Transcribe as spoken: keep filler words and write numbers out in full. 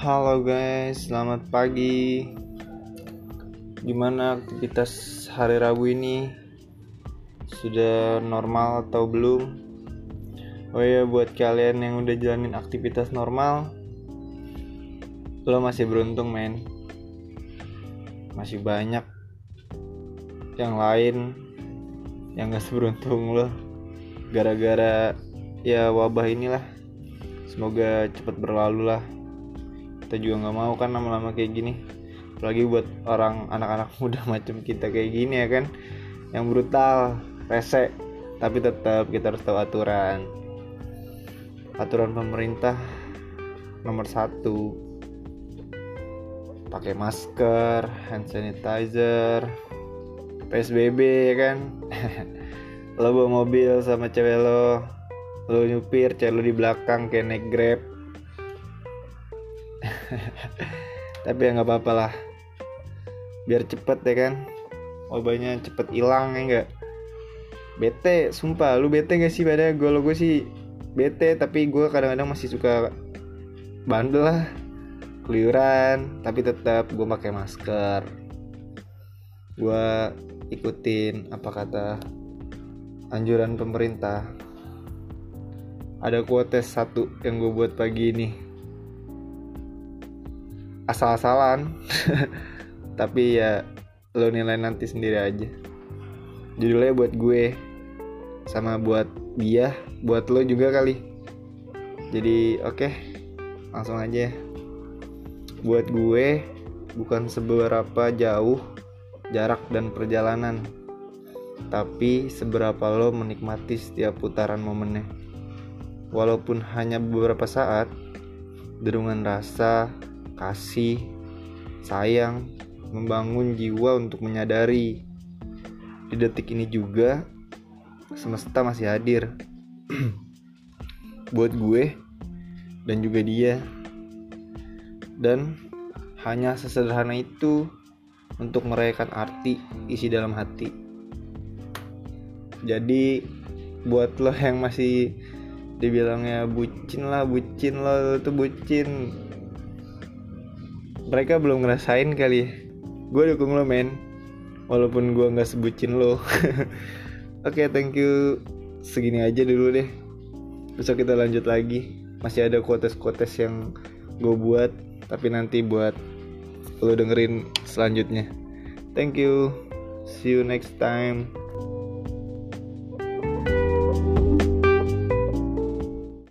Halo guys, selamat pagi. Gimana aktivitas hari Rabu ini? Sudah normal atau belum? Oh iya, buat kalian yang udah jalanin aktivitas normal, lo masih beruntung men. Masih banyak yang lain yang gak seberuntung lo, gara-gara ya wabah inilah. Semoga cepat berlalu lah. Kita juga nggak mau kan lama-lama kayak gini, apalagi buat orang anak-anak muda macam kita kayak gini ya kan, yang brutal, rese. Tapi tetap kita harus tahu aturan. Aturan pemerintah nomor satu, pakai masker, hand sanitizer, P S B B ya kan. Lo bawa mobil sama cewek lo, lo nyupir, cewek lo di belakang kayak naik Grab. Tapi ya nggak apa-apa lah, biar cepet ya kan, wabahnya cepet hilang ya nggak. Bete, sumpah, lu bete nggak sih pada gue? Lo gue sih bete, tapi gue kadang-kadang masih suka bandel lah, keluyuran, tapi tetap gue pakai masker. Gue ikutin apa kata anjuran pemerintah. Ada quotes satu yang gue buat pagi ini, asal-asalan tapi ya lo nilai nanti sendiri aja. Judulnya buat gue sama buat dia, buat lo juga kali. Jadi oke, langsung aja. Buat gue, bukan seberapa jauh jarak dan perjalanan, tapi seberapa lo menikmati setiap putaran momennya. Walaupun hanya beberapa saat, derungan rasa, kasih, sayang, membangun jiwa untuk menyadari di detik ini juga semesta masih hadir buat gue dan juga dia. Dan hanya sesederhana itu untuk merayakan arti isi dalam hati. Jadi buat lo yang masih dibilangnya bucin lah, bucin lo tuh bucin, mereka belum ngerasain kali ya. Gue dukung lo men, walaupun gue gak sebucin lo. Oke, okay, thank you. Segini aja dulu deh, besok kita lanjut lagi. Masih ada quotes-quotes yang gue buat, tapi nanti buat lo dengerin selanjutnya. Thank you, see you next time.